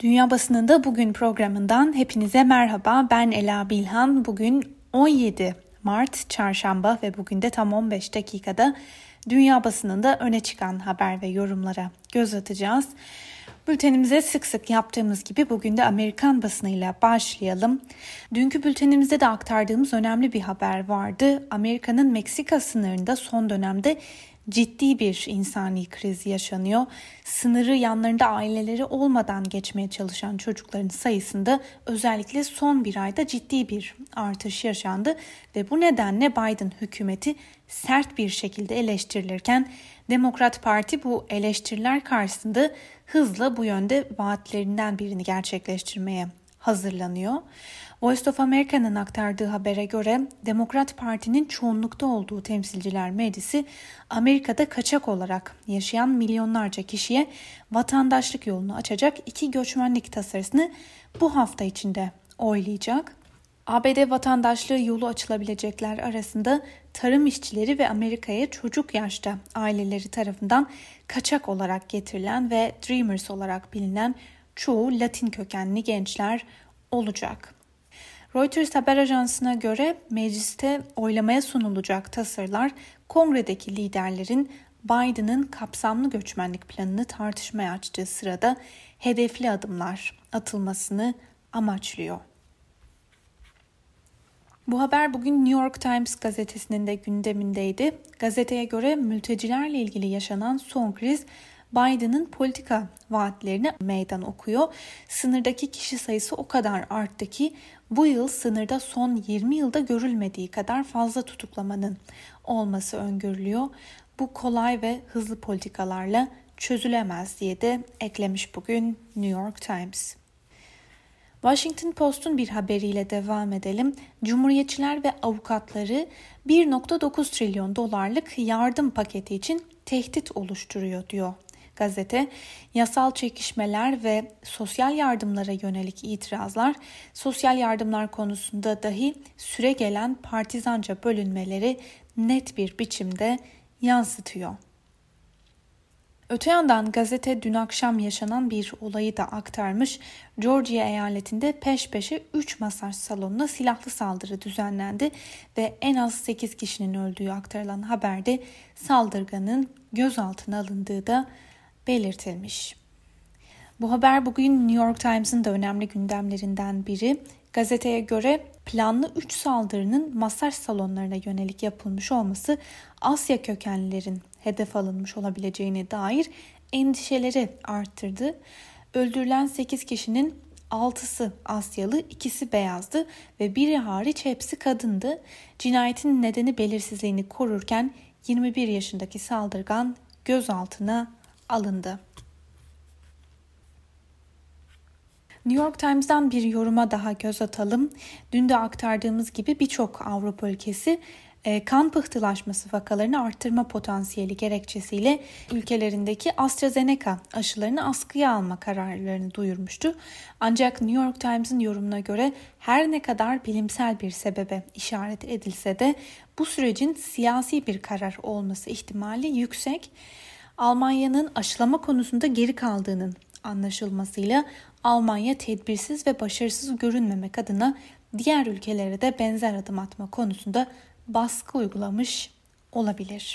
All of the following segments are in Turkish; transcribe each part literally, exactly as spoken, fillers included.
Dünya Basınında Bugün programından hepinize merhaba. Ben Ela Bilhan. Bugün on yedi Mart Çarşamba ve bugün de tam on beş dakikada Dünya Basınında öne çıkan haber ve yorumlara göz atacağız. Bültenimize sık sık yaptığımız gibi bugün de Amerikan basınıyla başlayalım. Dünkü bültenimizde de aktardığımız önemli bir haber vardı. Amerika'nın Meksika sınırında son dönemde ciddi bir insani kriz yaşanıyor. Sınırı yanlarında aileleri olmadan geçmeye çalışan çocukların sayısında özellikle son bir ayda ciddi bir artış yaşandı ve bu nedenle Biden hükümeti sert bir şekilde eleştirilirken Demokrat Parti bu eleştiriler karşısında hızla bu yönde vaatlerinden birini gerçekleştirmeye hazırlanıyor. Voice of America'nın aktardığı habere göre Demokrat Parti'nin çoğunlukta olduğu Temsilciler Meclisi Amerika'da kaçak olarak yaşayan milyonlarca kişiye vatandaşlık yolunu açacak iki göçmenlik tasarısını bu hafta içinde oylayacak. A B D vatandaşlığı yolu açılabilecekler arasında tarım işçileri ve Amerika'ya çocuk yaşta aileleri tarafından kaçak olarak getirilen ve Dreamers olarak bilinen çoğu Latin kökenli gençler olacak. Reuters haber ajansına göre mecliste oylamaya sunulacak tasarılar kongredeki liderlerin Biden'ın kapsamlı göçmenlik planını tartışmaya açtığı sırada hedefli adımlar atılmasını amaçlıyor. Bu haber bugün New York Times gazetesinin de gündemindeydi. Gazeteye göre mültecilerle ilgili yaşanan son kriz Biden'ın politika vaatlerini meydan okuyor. Sınırdaki kişi sayısı o kadar arttı ki bu yıl sınırda son yirmi yılda görülmediği kadar fazla tutuklamanın olması öngörülüyor. Bu kolay ve hızlı politikalarla çözülemez diye de eklemiş bugün New York Times. Washington Post'un bir haberiyle devam edelim. Cumhuriyetçiler ve avukatları bir virgül dokuz trilyon dolarlık yardım paketi için tehdit oluşturuyor diyor gazete. Yasal çekişmeler ve sosyal yardımlara yönelik itirazlar, sosyal yardımlar konusunda dahi süregelen partizanca bölünmeleri net bir biçimde yansıtıyor. Öte yandan gazete dün akşam yaşanan bir olayı da aktarmış. Georgia eyaletinde peş peşe üç masaj salonuna silahlı saldırı düzenlendi ve en az sekiz kişinin öldüğü aktarılan haberde saldırganın gözaltına alındığı da belirtilmiş. Bu haber bugün New York Times'ın da önemli gündemlerinden biri. Gazeteye göre planlı üç saldırının masaj salonlarına yönelik yapılmış olması Asya kökenlilerin hedef alınmış olabileceğine dair endişeleri arttırdı. Öldürülen sekiz kişinin altısı Asyalı, ikisi beyazdı ve biri hariç hepsi kadındı. Cinayetin nedeni belirsizliğini korurken yirmi bir yaşındaki saldırgan gözaltına alındı. New York Times'dan bir yoruma daha göz atalım. Dün de aktardığımız gibi birçok Avrupa ülkesi kan pıhtılaşması vakalarını arttırma potansiyeli gerekçesiyle ülkelerindeki AstraZeneca aşılarını askıya alma kararlarını duyurmuştu. Ancak New York Times'ın yorumuna göre her ne kadar bilimsel bir sebebe işaret edilse de bu sürecin siyasi bir karar olması ihtimali yüksek. Almanya'nın aşılama konusunda geri kaldığının anlaşılmasıyla Almanya tedbirsiz ve başarısız görünmemek adına diğer ülkelere de benzer adım atma konusunda baskı uygulamış olabilir.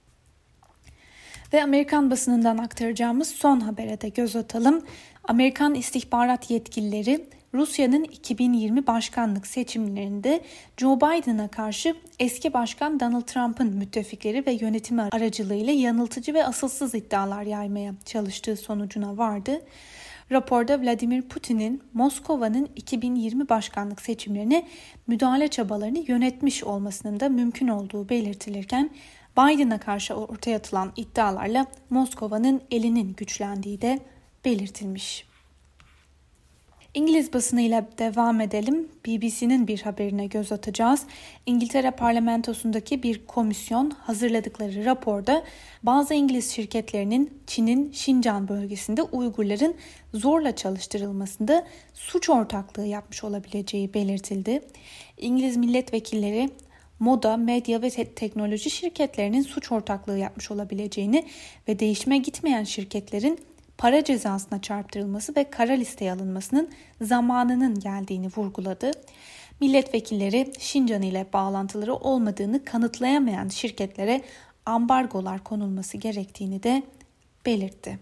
Ve Amerikan basınından aktaracağımız son habere de göz atalım. Amerikan istihbarat yetkilileri Rusya'nın iki bin yirmi başkanlık seçimlerinde Joe Biden'a karşı eski başkan Donald Trump'ın müttefikleri ve yönetimi aracılığıyla yanıltıcı ve asılsız iddialar yaymaya çalıştığı sonucuna vardı. Raporda Vladimir Putin'in Moskova'nın iki bin yirmi başkanlık seçimlerine müdahale çabalarını yönetmiş olmasının da mümkün olduğu belirtilirken Biden'a karşı ortaya atılan iddialarla Moskova'nın elinin güçlendiği de belirtilmiş. İngiliz basınıyla devam edelim. B B C'nin bir haberine göz atacağız. İngiltere parlamentosundaki bir komisyon hazırladıkları raporda bazı İngiliz şirketlerinin Çin'in Şincan bölgesinde Uygurların zorla çalıştırılmasında suç ortaklığı yapmış olabileceği belirtildi. İngiliz milletvekilleri moda, medya ve te- teknoloji şirketlerinin suç ortaklığı yapmış olabileceğini ve değişime gitmeyen şirketlerin para cezasına çarptırılması ve kara listeye alınmasının zamanının geldiğini vurguladı. Milletvekilleri Şincan ile bağlantıları olmadığını kanıtlayamayan şirketlere ambargolar konulması gerektiğini de belirtti.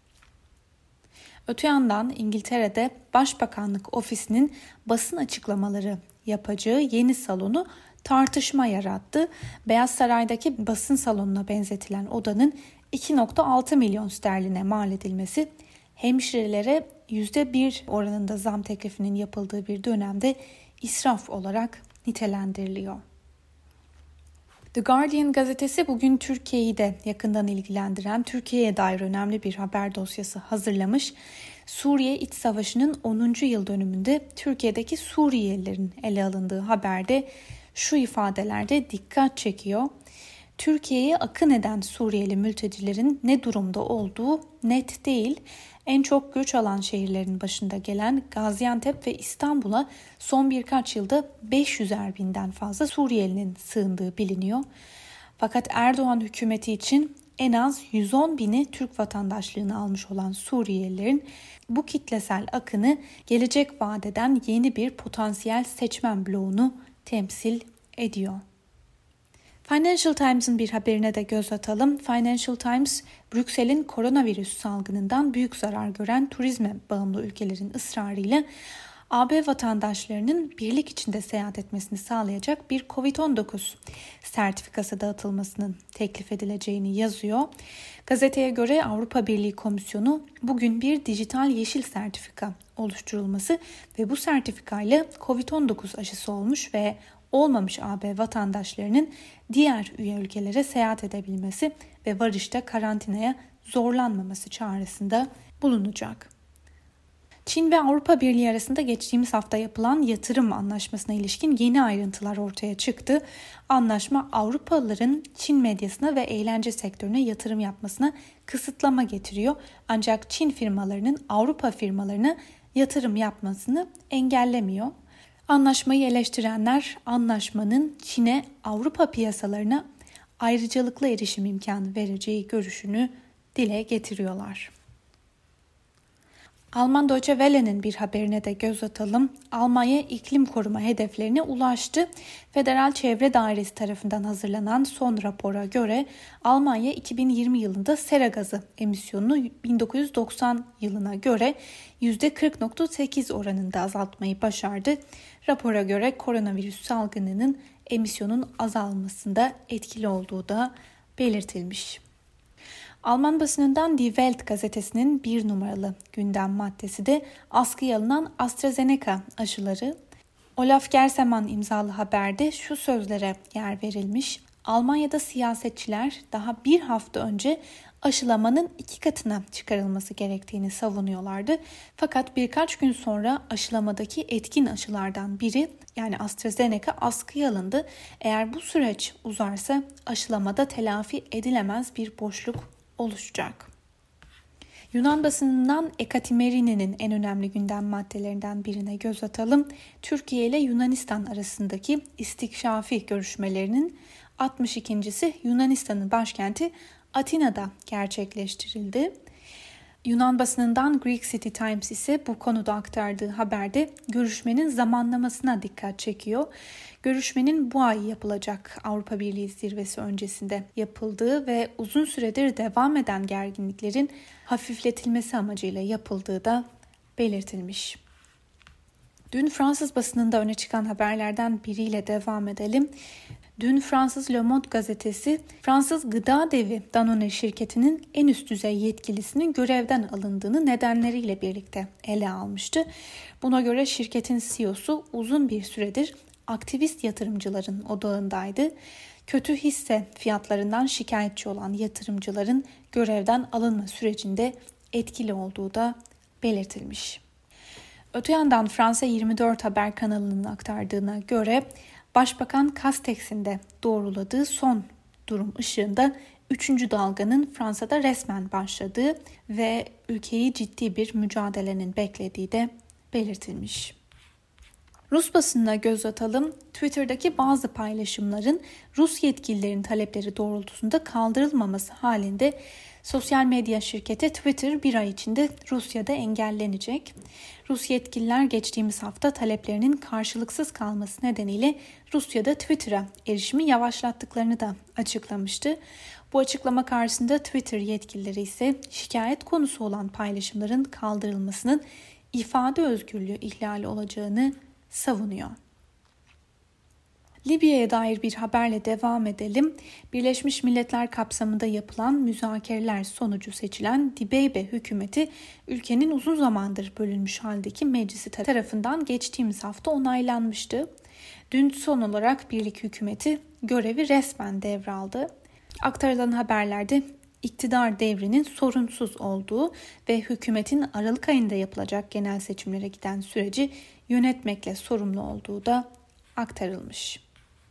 Öte yandan İngiltere'de Başbakanlık Ofisi'nin basın açıklamaları yapacağı yeni salonu tartışma yarattı. Beyaz Saray'daki basın salonuna benzetilen odanın iki virgül altı milyon sterline mal edilmesi, hemşirelere yüzde bir oranında zam teklifinin yapıldığı bir dönemde israf olarak nitelendiriliyor. The Guardian gazetesi bugün Türkiye'yi de yakından ilgilendiren, Türkiye'ye dair önemli bir haber dosyası hazırlamış. Suriye İç Savaşı'nın onuncu yıl dönümünde Türkiye'deki Suriyelilerin ele alındığı haberde şu ifadelerde dikkat çekiyor. Türkiye'ye akın eden Suriyeli mültecilerin ne durumda olduğu net değil. En çok göç alan şehirlerin başında gelen Gaziantep ve İstanbul'a son birkaç yılda beş yüzer binden fazla Suriyelinin sığındığı biliniyor. Fakat Erdoğan hükümeti için en az yüz on bini Türk vatandaşlığını almış olan Suriyelilerin bu kitlesel akını gelecek vadeden yeni bir potansiyel seçmen bloğunu temsil ediyor. Financial Times'ın bir haberine de göz atalım. Financial Times, Brüksel'in koronavirüs salgınından büyük zarar gören turizme bağımlı ülkelerin ısrarıyla A B vatandaşlarının birlik içinde seyahat etmesini sağlayacak bir kovid on dokuz sertifikası dağıtılmasının teklif edileceğini yazıyor. Gazeteye göre Avrupa Birliği Komisyonu bugün bir dijital yeşil sertifika oluşturulması ve bu sertifikayla kovid on dokuz aşısı olmuş ve olmamış A B vatandaşlarının diğer üye ülkelere seyahat edebilmesi ve varışta karantinaya zorlanmaması çağrısında bulunacak. Çin ve Avrupa Birliği arasında geçtiğimiz hafta yapılan yatırım anlaşmasına ilişkin yeni ayrıntılar ortaya çıktı. Anlaşma Avrupalıların Çin medyasına ve eğlence sektörüne yatırım yapmasına kısıtlama getiriyor. Ancak Çin firmalarının Avrupa firmalarına yatırım yapmasını engellemiyor. Anlaşmayı eleştirenler anlaşmanın Çin'e Avrupa piyasalarına ayrıcalıklı erişim imkanı vereceği görüşünü dile getiriyorlar. Alman Deutsche Welle'nin bir haberine de göz atalım. Almanya iklim koruma hedeflerine ulaştı. Federal Çevre Dairesi tarafından hazırlanan son rapora göre Almanya iki bin yirmi yılında sera gazı emisyonunu bin dokuz yüz doksan yılına göre yüzde kırk virgül sekiz oranında azaltmayı başardı. Rapora göre koronavirüs salgınının emisyonun azalmasında etkili olduğu da belirtilmiş. Alman basınından Die Welt gazetesinin bir numaralı gündem maddesi de askıya alınan AstraZeneca aşıları. Olaf Gersemann imzalı haberde şu sözlere yer verilmiş. Almanya'da siyasetçiler daha bir hafta önce aşılamanın iki katına çıkarılması gerektiğini savunuyorlardı. Fakat birkaç gün sonra aşılamadaki etkin aşılardan biri yani AstraZeneca askıya alındı. Eğer bu süreç uzarsa aşılamada telafi edilemez bir boşluk oluşacak. Yunan basınından Ekaterimini'nin en önemli gündem maddelerinden birine göz atalım. Türkiye ile Yunanistan arasındaki istikşafi görüşmelerinin altmış ikincisi Yunanistan'ın başkenti Atina'da gerçekleştirildi. Yunan basınından Greek City Times ise bu konuda aktardığı haberde görüşmenin zamanlamasına dikkat çekiyor. Görüşmenin bu ay yapılacak Avrupa Birliği zirvesi öncesinde yapıldığı ve uzun süredir devam eden gerginliklerin hafifletilmesi amacıyla yapıldığı da belirtilmiş. Dün Fransız basınında öne çıkan haberlerden biriyle devam edelim. Dün Fransız Le Monde gazetesi Fransız gıda devi Danone şirketinin en üst düzey yetkilisinin görevden alındığını nedenleriyle birlikte ele almıştı. Buna göre şirketin C E O'su uzun bir süredir aktivist yatırımcıların odağındaydı. Kötü hisse fiyatlarından şikayetçi olan yatırımcıların görevden alınma sürecinde etkili olduğu da belirtilmiş. Öte yandan Fransa yirmi dört Haber kanalının aktardığına göre Başbakan Castex'in de doğruladığı son durum ışığında üçüncü dalganın Fransa'da resmen başladığı ve ülkeyi ciddi bir mücadelenin beklediği de belirtilmiş. Rus basınına göz atalım. Twitter'daki bazı paylaşımların Rus yetkililerin talepleri doğrultusunda kaldırılmaması halinde sosyal medya şirketi Twitter bir ay içinde Rusya'da engellenecek. Rus yetkililer geçtiğimiz hafta taleplerinin karşılıksız kalması nedeniyle Rusya'da Twitter'a erişimi yavaşlattıklarını da açıklamıştı. Bu açıklama karşısında Twitter yetkilileri ise şikayet konusu olan paylaşımların kaldırılmasının ifade özgürlüğü ihlali olacağını savunuyor. Libya'ya dair bir haberle devam edelim. Birleşmiş Milletler kapsamında yapılan müzakereler sonucu seçilen Dibeybe hükümeti ülkenin uzun zamandır bölünmüş haldeki meclisi tarafından geçtiğimiz hafta onaylanmıştı. Dün son olarak birlik hükümeti görevi resmen devraldı. Aktarılan haberlerde iktidar devrinin sorunsuz olduğu ve hükümetin Aralık ayında yapılacak genel seçimlere giden süreci yönetmekle sorumlu olduğu da aktarılmış.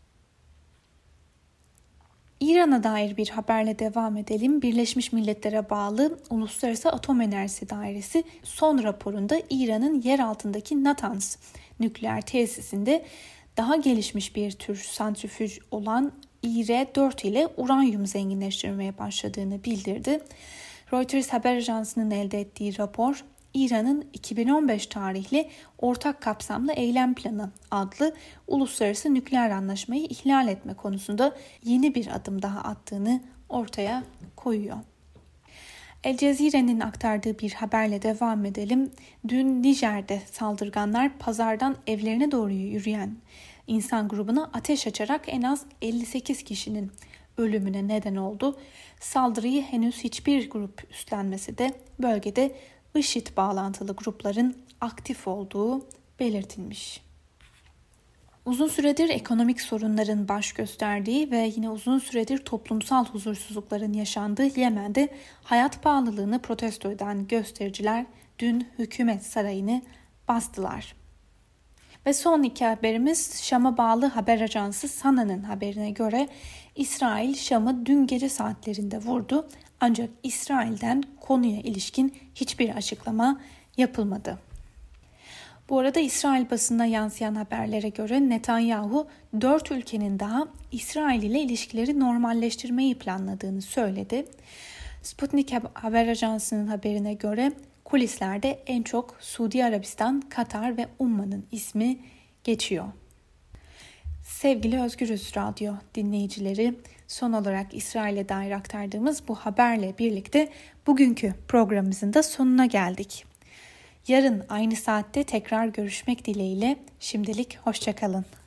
İran'a dair bir haberle devam edelim. Birleşmiş Milletler'e bağlı Uluslararası Atom Enerjisi Dairesi son raporunda İran'ın yer altındaki Natanz nükleer tesisinde daha gelişmiş bir tür santrifüj olan İ R dört ile uranyum zenginleştirmeye başladığını bildirdi. Reuters haber ajansının elde ettiği rapor, İran'ın iki bin on beş tarihli Ortak Kapsamlı Eylem Planı adlı uluslararası nükleer anlaşmayı ihlal etme konusunda yeni bir adım daha attığını ortaya koyuyor. El Cezire'nin aktardığı bir haberle devam edelim. Dün Nijer'de saldırganlar pazardan evlerine doğru yürüyen insan grubuna ateş açarak en az elli sekiz kişinin ölümüne neden oldu. Saldırıyı henüz hiçbir grup üstlenmese de bölgede IŞİD bağlantılı grupların aktif olduğu belirtilmiş. Uzun süredir ekonomik sorunların baş gösterdiği ve yine uzun süredir toplumsal huzursuzlukların yaşandığı Yemen'de hayat pahalılığını protesto eden göstericiler dün hükümet sarayını bastılar. Ve son iki haberimiz Şam'a bağlı haber ajansı Sana'nın haberine göre İsrail Şam'ı dün gece saatlerinde vurdu. Ancak İsrail'den konuya ilişkin hiçbir açıklama yapılmadı. Bu arada İsrail basınına yansıyan haberlere göre Netanyahu dört ülkenin daha İsrail ile ilişkileri normalleştirmeyi planladığını söyledi. Sputnik haber ajansının haberine göre kulislerde en çok Suudi Arabistan, Katar ve Umman'ın ismi geçiyor. Sevgili Özgürüz Radyo dinleyicileri, son olarak İsrail'e dair aktardığımız bu haberle birlikte bugünkü programımızın da sonuna geldik. Yarın aynı saatte tekrar görüşmek dileğiyle şimdilik hoşça kalın.